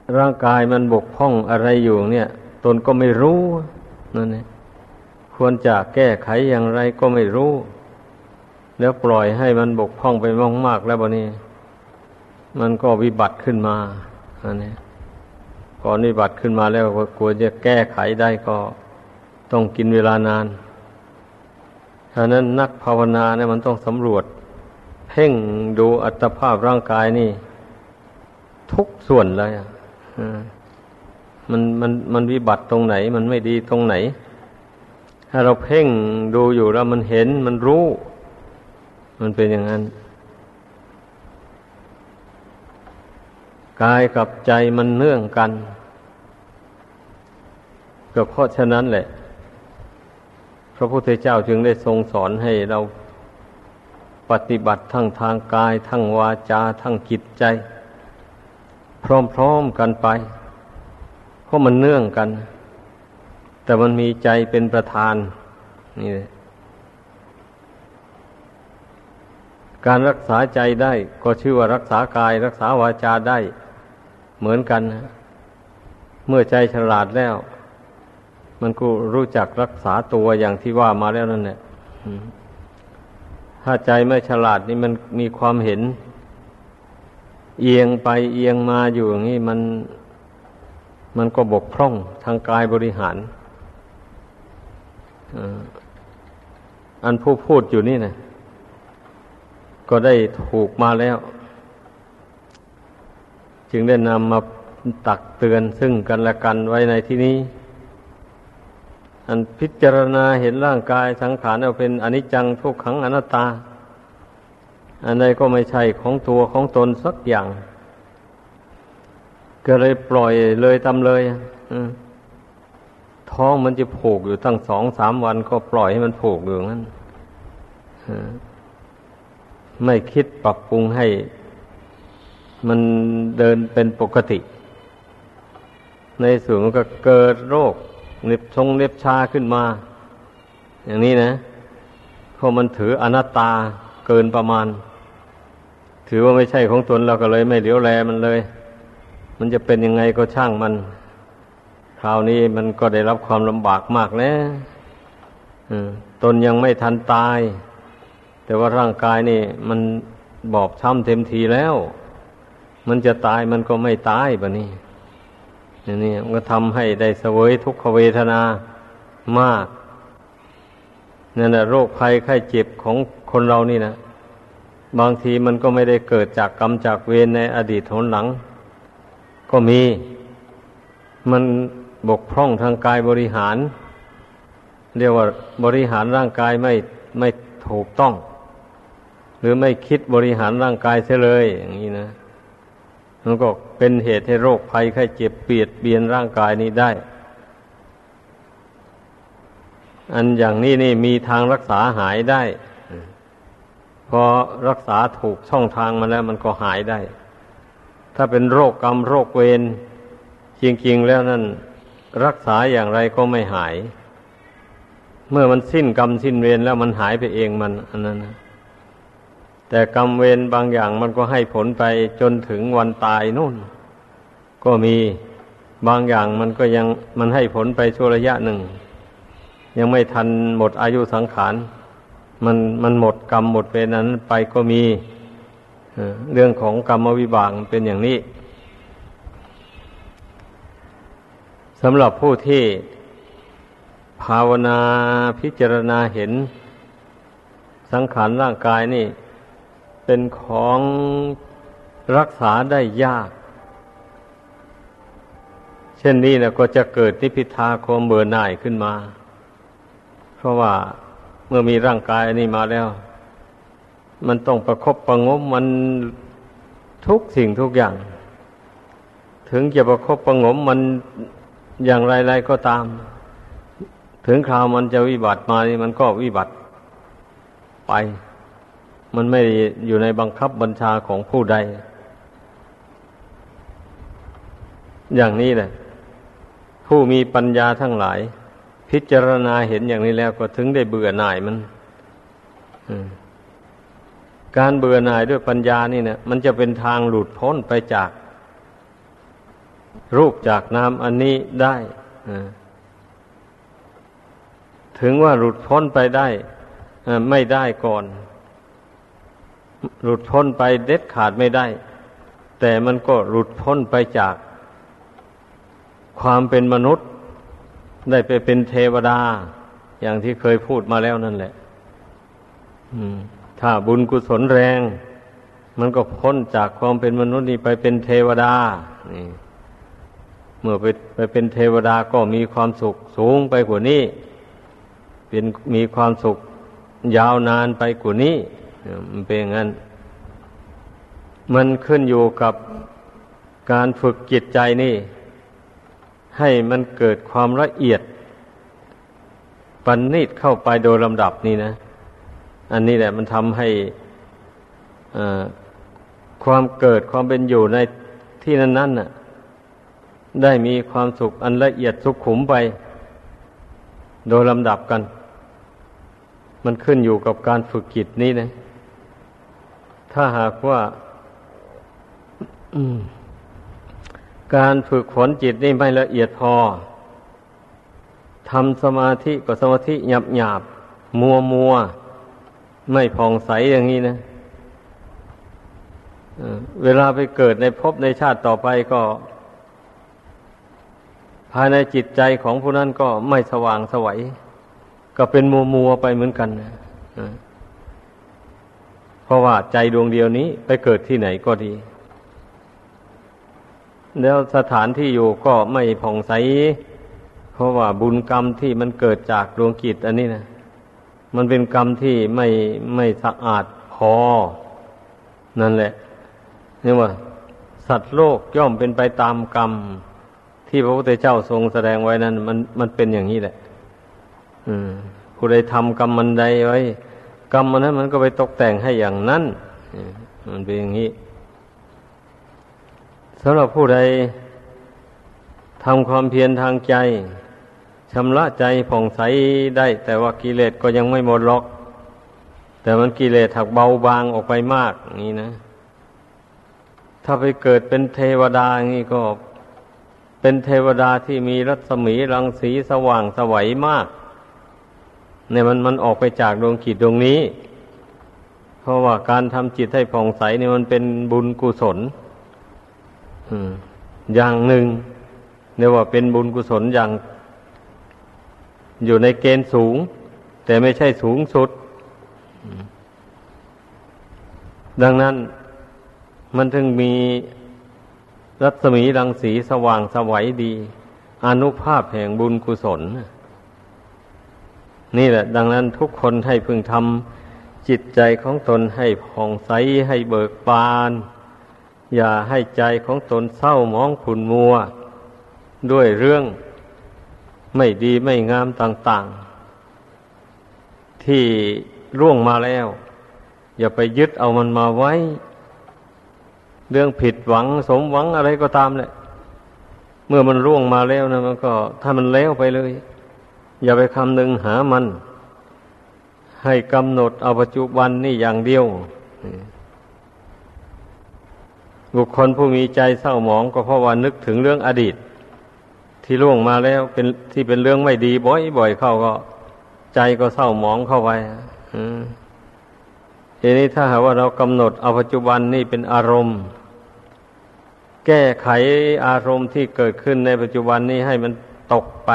ร่างกายมันบกพร่องอะไรอยู่เนี่ยตนก็ไม่รู้นั่นเองควรจะแก้ไขอย่างไรก็ไม่รู้แล้วปล่อยให้มันบกพร่องไปมากๆแล้วบัดนี้มันก็วิบัติขึ้นมาอันนี้ก่อนวิบัติขึ้นมาแล้วก็กลัวจะแก้ไขได้ก็ต้องกินเวลานานฉะนั้นนักภาวนาเนี่ยมันต้องสำรวจเพ่งดูอัตภาพร่างกายนี่ทุกส่วนเลยมันวิบัติตรงไหนมันไม่ดีตรงไหนถ้าเราเพ่งดูอยู่แล้วมันเห็นมันรู้มันเป็นอย่างนั้นกายกับใจมันเนื่องกันก็เพราะฉะนั้นแหละพระพุทธเจ้าจึงได้ทรงสอนให้เราปฏิบัติทั้งทางกายทั้งวาจาทั้งจิตใจพร้อมๆกันไปเพราะมันเนื่องกันแต่มันมีใจเป็นประธานนี่แหละการรักษาใจได้ก็ชื่อว่ารักษากายรักษาวาจาได้เหมือนกันนะเมื่อใจฉลาดแล้วมันก็รู้จักรักษาตัวอย่างที่ว่ามาแล้วนั่นแหละถ้าใจไม่ฉลาดนี่มันมีความเห็นเอียงไปเอียงมาอยู่อย่างนี้มันก็บกพร่องทางกายบริหารอันผู้พูดอยู่นี่นะก็ได้ถูกมาแล้วจึงได้นำมาตักเตือนซึ่งกันและกันไว้ในที่นี้อันพิจารณาเห็นร่างกายสังขารเอาเป็นอนิจจังทุกขังอนัตตาอันใดก็ไม่ใช่ของตัวของตนสักอย่างก็เลยปล่อยเลยทำเลยท้องมันจะผูกอยู่ตั้ง2-3 วันก็ปล่อยให้มันผูกอยู่งั้นไม่คิดปรับปรุงให้มันเดินเป็นปกติในส่วนมันก็เกิดโรคเล็บชาขึ้นมาอย่างนี้นะเพราะมันถืออนัตตาเกินประมาณถือว่าไม่ใช่ของตนเราก็เลยไม่เหลียวแลมันเลยมันจะเป็นยังไงก็ช่างมันคราวนี้มันก็ได้รับความลำบากมากแล้วตนยังไม่ทันตายแต่ว่าร่างกายนี่มันบอบช้ำเต็มทีแล้วมันจะตายมันก็ไม่ตายแบบนี้อย่างนี้มันก็ทำให้ได้เสวยทุกขเวทนามากนั่นแหละโรคภัยไข้เจ็บของคนเรานี่นะบางทีมันก็ไม่ได้เกิดจากกรรมจากเวรในอดีตหนหลังก็มีมันบกพร่องทางกายบริหารเรียกว่าบริหารร่างกายไม่ถูกต้องหรือไม่คิดบริหารร่างกายเสียเลยอย่างนี้นะมันก็เป็นเหตุให้โรคภัยไข้เจ็บเบียนร่างกายนี้ได้อันอย่างนี้นี่มีทางรักษาหายได้พอรักษาถูกช่องทางมาแล้วมันก็หายได้ถ้าเป็นโรคกรรมโรคเวรจริงๆแล้วนั่นรักษาอย่างไรก็ไม่หายเมื่อมันสิ้นกรรมสิ้นเวรแล้วมันหายไปเองมันอันนั้นนะแต่กรรมเวรบางอย่างมันก็ให้ผลไปจนถึงวันตายนู่นก็มีบางอย่างมันก็ยังมันให้ผลไปชั่วระยะหนึ่งยังไม่ทันหมดอายุสังขารมันหมดกรรมหมดเวรนั้นไปก็มีเรื่องของกรรมวิบากเป็นอย่างนี้สำหรับผู้ที่ภาวนาพิจารณาเห็นสังขารร่างกายนี่เป็นของรักษาได้ยากเช่นนี้นะก็จะเกิดนิพพิทาความเบื่อหน่ายขึ้นมาเพราะว่าเมื่อมีร่างกายนี้มาแล้วมันต้องประคบประงมมันทุกสิ่งทุกอย่างถึงจะประคบประงมมันอย่างไรๆก็ตามถึงคราวมันจะวิบัติมานี่มันก็วิบัติไปมันไม่ได้อยู่ในบังคับบัญชาของผู้ใดอย่างนี้แหละผู้มีปัญญาทั้งหลายพิจารณาเห็นอย่างนี้แล้วก็ถึงได้เบื่อหน่ายมันการเบื่อหน่ายด้วยปัญญานี่เนี่ยมันจะเป็นทางหลุดพ้นไปจากรูปจากนามอันนี้ได้ถึงว่าหลุดพ้นไปได้ไม่ได้ก่อนหลุดพ้นไปเด็ดขาดไม่ได้แต่มันก็หลุดพ้นไปจากความเป็นมนุษย์ได้ไปเป็นเทวดาอย่างที่เคยพูดมาแล้วนั่นแหละถ้าบุญกุศลแรงมันก็พ้นจากความเป็นมนุษย์นี่ไปเป็นเทวดานี่เมื่อไปเป็นเทวดาก็มีความสุขสูงไปกว่านี้มีความสุขยาวนานไปกว่านี้มันเป็นอย่างนั้นมันขึ้นอยู่กับการฝึกจิตใจนี่ให้มันเกิดความละเอียดปานนีตเข้าไปโดยลำดับนี่นะอันนี้แหละมันทำให้ความเกิดความเป็นอยู่ในที่นั้นๆน่ะได้มีความสุขอันละเอียดสุขุมไปโดยลำดับกันมันขึ้นอยู่กับการฝึกจิตนี้นะถ้าหากว่าการฝึกฝนจิตนี่ไม่ละเอียดพอทำสมาธิก็สมาธิหยาบๆมัวไม่ผ่องใสอย่างนี้นะเวลาไปเกิดในภพในชาติต่อไปก็ภายในจิตใจของผู้นั้นก็ไม่สว่างไสวก็เป็นมัวไปเหมือนกันนะเพราะว่าใจดวงเดียวนี้ไปเกิดที่ไหนก็ดีแล้วสถานที่อยู่ก็ไม่ผ่องใสเพราะว่าบุญกรรมที่มันเกิดจากดวงจิตอันนี้นะมันเป็นกรรมที่ไม่สะอาดพอนั่นแหละนี่ว่าสัตว์โลกย่อมเป็นไปตามกรรมที่พระพุทธเจ้าทรงแสดงไว้นั้นมันเป็นอย่างนี้แหละผู้ใดทำกรรมมันใดไว้กรรมมันนั้นมันก็ไปตกแต่งให้อย่างนั้นมันเป็นอย่างนี้สำหรับผู้ใดทำความเพียรทางใจชำระใจผ่องใสได้แต่ว่ากิเลสก็ยังไม่หมดหรอกแต่มันกิเลสถักเบาบางออกไปมากนี่นะถ้าไปเกิดเป็นเทวดาอย่างนี้ก็เป็นเทวดาที่มีรัศมีรังสีสว่างไสวมากเนี่ยมันออกไปจากดวงจิตดวงนี้เพราะว่าการทำจิตให้ผ่องใสเนี่ยมันเป็นบุญกุศลอย่างหนึ่งเรียกว่าเป็นบุญกุศลอย่างอยู่ในเกณฑ์สูงแต่ไม่ใช่สูงสุดดังนั้นมันถึงมีรัศมีรังสีสว่างไสวดีอานุภาพแห่งบุญกุศลนี่แหละดังนั้นทุกคนให้พึงทำจิตใจของตนให้ผ่องใสให้เบิกบานอย่าให้ใจของตนเศร้าหมองขุ่นมัวด้วยเรื่องไม่ดีไม่งามต่างๆที่ล่วงมาแล้วอย่าไปยึดเอามันมาไว้เรื่องผิดหวังสมหวังอะไรก็ตามแหละเมื่อมันล่วงมาแล้วนะมันก็ถ้ามันแล้วไปเลยอย่าไปคำนึงหามันให้กำหนดเอาปัจจุบันนี่อย่างเดียวบุคคลผู้มีใจเศร้าหมองก็เพราะว่านึกถึงเรื่องอดีตที่ล่วงมาแล้วเป็นเรื่องไม่ดีบ่อยๆเข้าก็ใจก็เศร้าหมองเข้าไปทีนี้ถ้าหากว่าเรากำหนดเอาปัจจุบันนี่เป็นอารมณ์แก้ไขอารมณ์ที่เกิดขึ้นในปัจจุบันนี้ให้มันตกไป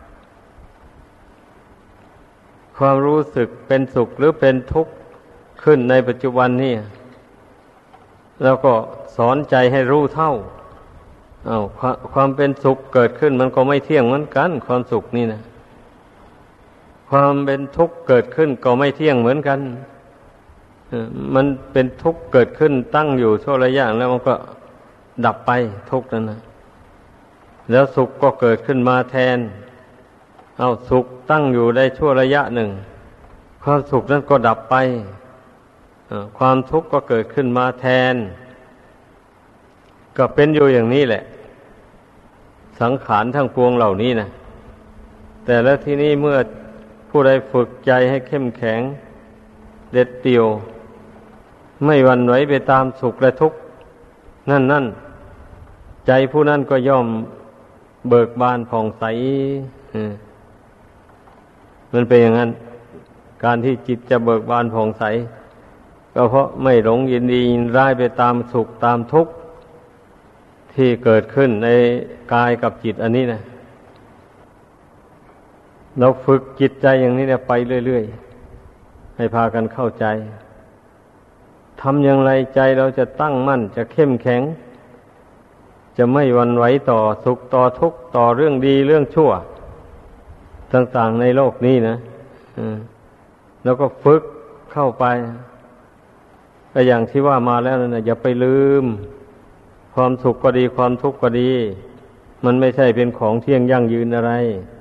ความรู้สึกเป็นสุขหรือเป็นทุกข์ขึ้นในปัจจุบันนี่แล้วก็สอนใจให้รู้เท่าความเป็นสุขเกิดขึ้นมันก็ไม่เที่ยงเหมือนกันความสุขนี่นะความเป็นทุกข์เกิดขึ้นก็ไม่เที่ยงเหมือนกันมันเป็นทุกข์เกิดขึ้นตั้งอยู่ชั่วระยะแล้วมันก็ดับไปทุกข์นั้นนะแล้วสุขก็เกิดขึ้นมาแทนสุขตั้งอยู่ได้ชั่วระยะหนึ่งความสุขนั้นก็ดับไปความทุกข์ก็เกิดขึ้นมาแทนก็เป็นอยู่อย่างนี้แหละสังขารทั้งปวงเหล่านี้นะแต่แล้วที่นี้เมื่อผู้ใดฝึกใจให้เข้มแข็งเด็ดเดี่ยวไม่หวั่นไหวไปตามสุขและทุกข์นั่นใจผู้นั้นก็ย่อมเบิกบานผ่องใสมันเป็นอย่างนั้น การที่จิตจะเบิกบานผ่องใสก็เพราะไม่หลงยินดียินร้ายไปตามสุขตามทุกข์ที่เกิดขึ้นในกายกับจิตอันนี้นะเราฝึกจิตใจอย่างนี้เนี่ยไปเรื่อยๆให้พากันเข้าใจทำอย่างไรใจเราจะตั้งมั่นจะเข้มแข็งจะไม่หวั่นไหวต่อสุขต่อทุกข์ต่อเรื่องดีเรื่องชั่วต่างๆในโลกนี้นะแล้วก็ฝึกเข้าไปก็อย่างที่ว่ามาแล้วนะอย่าไปลืมความสุขก็ดีความทุกข์ก็ดีมันไม่ใช่เป็นของเที่ยงยั่งยืนอะไร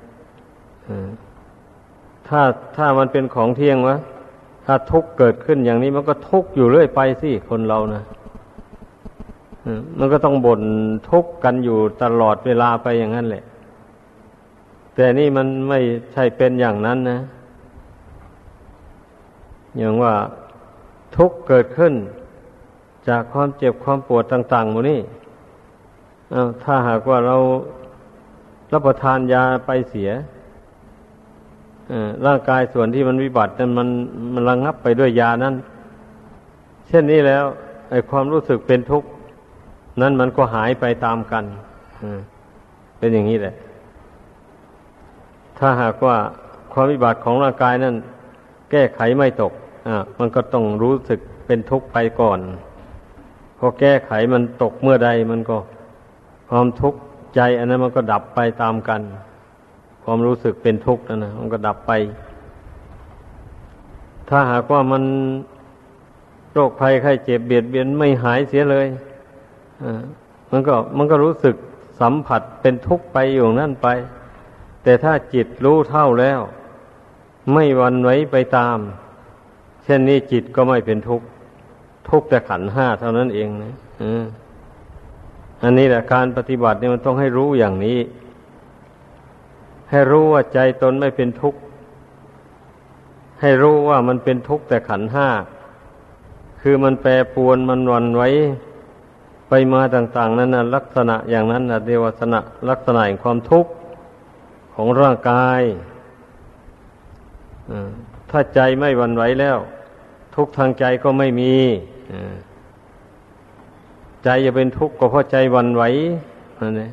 ถ้ามันเป็นของเที่ยงวะถ้าทุกข์เกิดขึ้นอย่างนี้มันก็ทุกข์อยู่เรื่อยไปสิคนเรานะมันก็ต้องบ่นทุกข์กันอยู่ตลอดเวลาไปอย่างนั้นแหละแต่นี่มันไม่ใช่เป็นอย่างนั้นนะอย่างว่าทุกข์เกิดขึ้นจากความเจ็บความปวดต่างๆหมดนี่ถ้าหากว่าเรารับประทานยาไปเสียร่างกายส่วนที่มันวิบัตินั้นมันระงับไปด้วยยานั้นเช่นนี้แล้วไอ้ความรู้สึกเป็นทุกข์นั้นมันก็หายไปตามกันเป็นอย่างนี้แหละถ้าหากว่าความวิบัติของร่างกายนั้นแก้ไขไม่ตกมันก็ต้องรู้สึกเป็นทุกข์ไปก่อนพอแก้ไขมันตกเมื่อใดมันก็ความทุกข์ใจอันนั้นมันก็ดับไปตามกันความรู้สึกเป็นทุกข์นั่นนะมันก็ดับไปถ้าหากว่ามันโรคภัยไข้เจ็บเบียดเบียนไม่หายเสียเลยมันก็รู้สึกสัมผัสเป็นทุกข์ไปอยู่นั่นไปแต่ถ้าจิตรู้เท่าแล้วไม่หวั่นไหวไปตามเช่นนี้จิตก็ไม่เป็นทุกข์แต่ขันธ์ห้าเท่านั้นเองนะอันนี้แหละการปฏิบัติเนี่ยมันต้องให้รู้อย่างนี้ให้รู้ว่าใจตนไม่เป็นทุกข์ให้รู้ว่ามันเป็นทุกข์แต่ขันธ์ห้าคือมันแปรปรวนมันหวั่นไหวไปมาต่างๆนั้นนะลักษณะอย่างนั้นนะเรียกว่าลักษณะแห่งความทุกข์ของร่างกายถ้าใจไม่หวั่นไหวแล้วทุกข์ทางใจก็ไม่มีใจจะเป็นทุกข์ก็เพราะใจหวั่นไหวนั่นเอง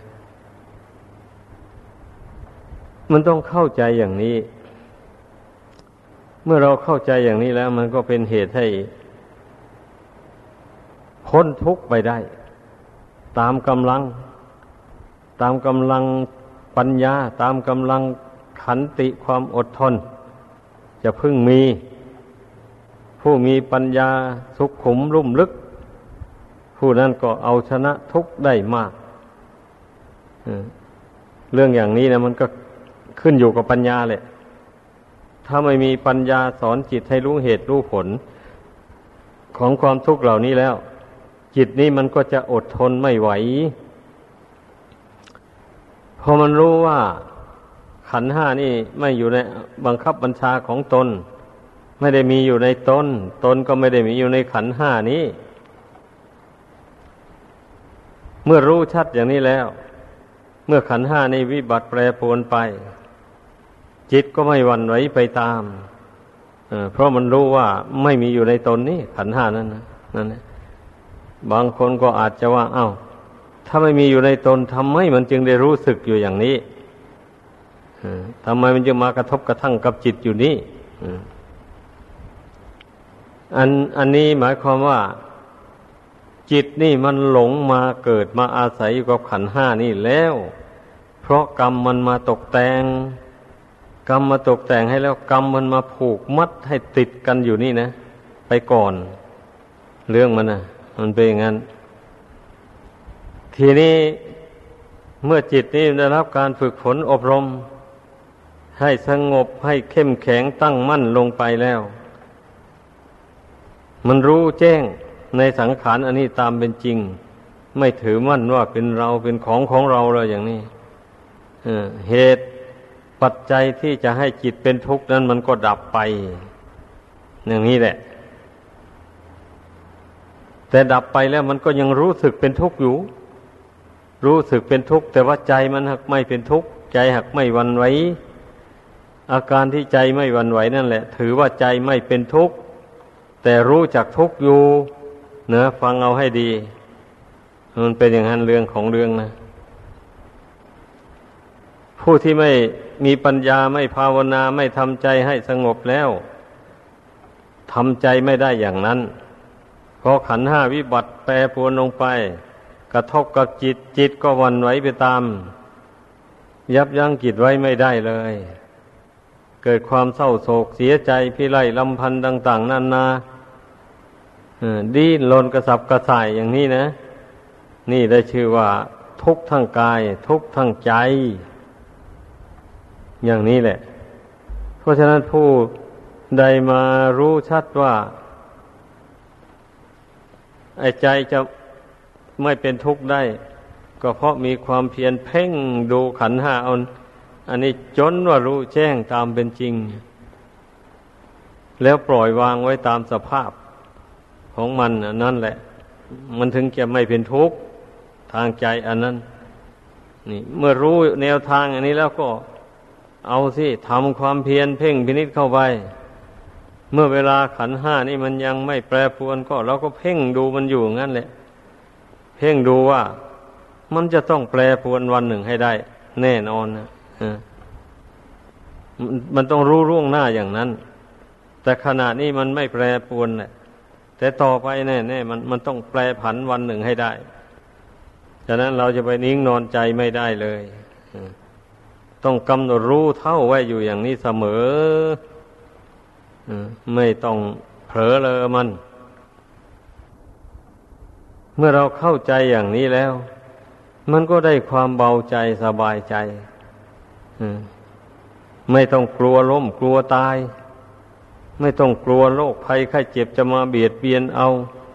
มันต้องเข้าใจอย่างนี้เมื่อเราเข้าใจอย่างนี้แล้วมันก็เป็นเหตุให้พ้นทุกข์ไปได้ตามกำลังปัญญาตามกำลังขันติความอดทนจะพึงมีผู้มีปัญญาสุขุมลุ่มลึกผู้นั้นก็เอาชนะทุกข์ได้มากเรื่องอย่างนี้นะมันก็ขึ้นอยู่กับปัญญาแหละถ้าไม่มีปัญญาสอนจิตให้รู้เหตุรู้ผลของความทุกข์เหล่านี้แล้วจิตนี้มันก็จะอดทนไม่ไหวพอมันรู้ว่าขันธ์ห้านี่ไม่อยู่ในบังคับบัญชาของตนไม่ได้มีอยู่ในตนก็ไม่ได้มีอยู่ในขันธ์ห้านี้เมื่อรู้ชัดอย่างนี้แล้วเมื่อขันธ์ห้านี้วิบัติแปรปรวนไปจิตก็ไม่หวั่นไหวไปตามเพราะมันรู้ว่าไม่มีอยู่ในตนนี่ขันธ์ห้านั่นนะบางคนก็อาจจะว่าถ้าไม่มีอยู่ในตนทำไมมันจึงได้รู้สึกอยู่อย่างนี้ทำไมมันจึงมากระทบกระทั่งกับจิตอยู่นี่อันนี้หมายความว่าจิตนี่มันหลงมาเกิดมาอาศัยอยู่กับขันธ์ห้านี่แล้วเพราะกรรมมันมาตกแต่งให้แล้วกรรมมันมาผูกมัดให้ติดกันอยู่นี่นะไปก่อนเรื่องมันเป็นอย่างนั้นทีนี้เมื่อจิตนี้ได้รับการฝึกฝนอบรมให้สงบให้เข้มแข็งตั้งมั่นลงไปแล้วมันรู้แจ้งในสังขารอันนี้ตามเป็นจริงไม่ถือมั่นว่าเป็นเราเป็นของเราเลยอย่างนี้เหตุปัจจัยที่จะให้จิตเป็นทุกข์นั้นมันก็ดับไปอย่างนี้แหละแต่ดับไปแล้วมันก็ยังรู้สึกเป็นทุกข์อยู่รู้สึกเป็นทุกข์แต่ว่าใจมันหักไม่เป็นทุกข์ใจหักไม่หวั่นไหวอาการที่ใจไม่หวั่นไหวนั่นแหละถือว่าใจไม่เป็นทุกข์แต่รู้จักทุกข์อยู่เนะฟังเอาให้ดีมันเป็นอย่างนั้นเรื่องของเรื่องนะผู้ที่ไม่มีปัญญาไม่ภาวนาไม่ทำใจให้สงบแล้วทำใจไม่ได้อย่างนั้นพอขันธ์ห้าวิบัติแปรปรวนลงไปกระทบกับจิตจิตก็หวั่นไหวไปตามยับยั้งจิตไว้ไม่ได้เลยเกิดความเศร้าโศกเสียใจพิไรลำพันธ์ต่างๆนานาดิ้นรนกระสับกระส่ายอย่างนี้นะนี่ได้ชื่อว่าทุกข์ทั้งกายทุกข์ทั้งใจอย่างนี้แหละเพราะฉะนั้นผู้ใดมารู้ชัดว่าไอ้ใจจะไม่เป็นทุกข์ได้ก็เพราะมีความเพียรเพ่งดูขันธ์ห้าเอาอันนี้จนว่ารู้แจ้งตามเป็นจริงแล้วปล่อยวางไว้ตามสภาพของมันนั่นแหละมันถึงจะไม่เป็นทุกข์ทางใจอันนั้นนี่เมื่อรู้แนวทางอันนี้แล้วก็เอาสิทำความเพียรเพ่งพินิจเข้าไปเมื่อเวลาขันธ์ห้านี่มันยังไม่แปรปรวนก็เราก็เพ่งดูมันอยู่งั้นแหละเพ่งดูว่ามันจะต้องแปรปรวนวันหนึ่งให้ได้แน่นอนนะมันต้องรู้ล่วงหน้าอย่างนั้นแต่ขณะนี้มันไม่แปรปรวนแหละแต่ต่อไปแน่ๆมันต้องแปรผันวันหนึ่งให้ได้ฉะนั้นเราจะไปนิ่งนอนใจไม่ได้เลยต้องกำหนดรู้เท่าไว้อยู่อย่างนี้เสมอไม่ต้องเผลอเลยมันเมื่อเราเข้าใจอย่างนี้แล้วมันก็ได้ความเบาใจสบายใจไม่ต้องกลัวล้มกลัวตายไม่ต้องกลัวโรคภัยไข้เจ็บจะมาเบียดเบียนเอา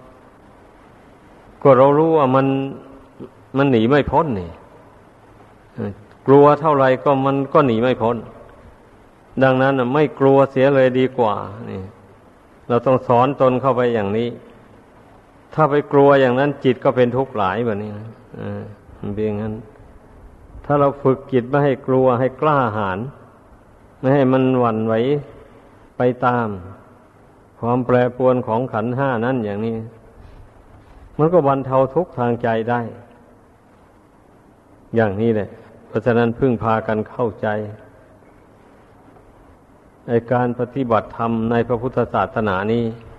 ก็เรารู้ว่ามันหนีไม่พ้นนี่กลัวเท่าไรก็มันก็หนีไม่พ้นดังนั้นไม่กลัวเสียเลยดีกว่านี่เราต้องสอนตนเข้าไปอย่างนี้ถ้าไปกลัวอย่างนั้นจิตก็เป็นทุกข์หลายแบบนี้นะมันเป็นอย่างนั้นถ้าเราฝึกจิตไม่ให้กลัวให้กล้าหาญไม่ให้มันหวั่นไหวไปตามความแปรปรวนของขันธ์ห้านั้นอย่างนี้มันก็บรรเทาทุกข์ทางใจได้อย่างนี้แหละเพราะฉะนั้นพึ่งพากันเข้าใจในการปฏิบัติธรรมในพระพุทธศาสนานี้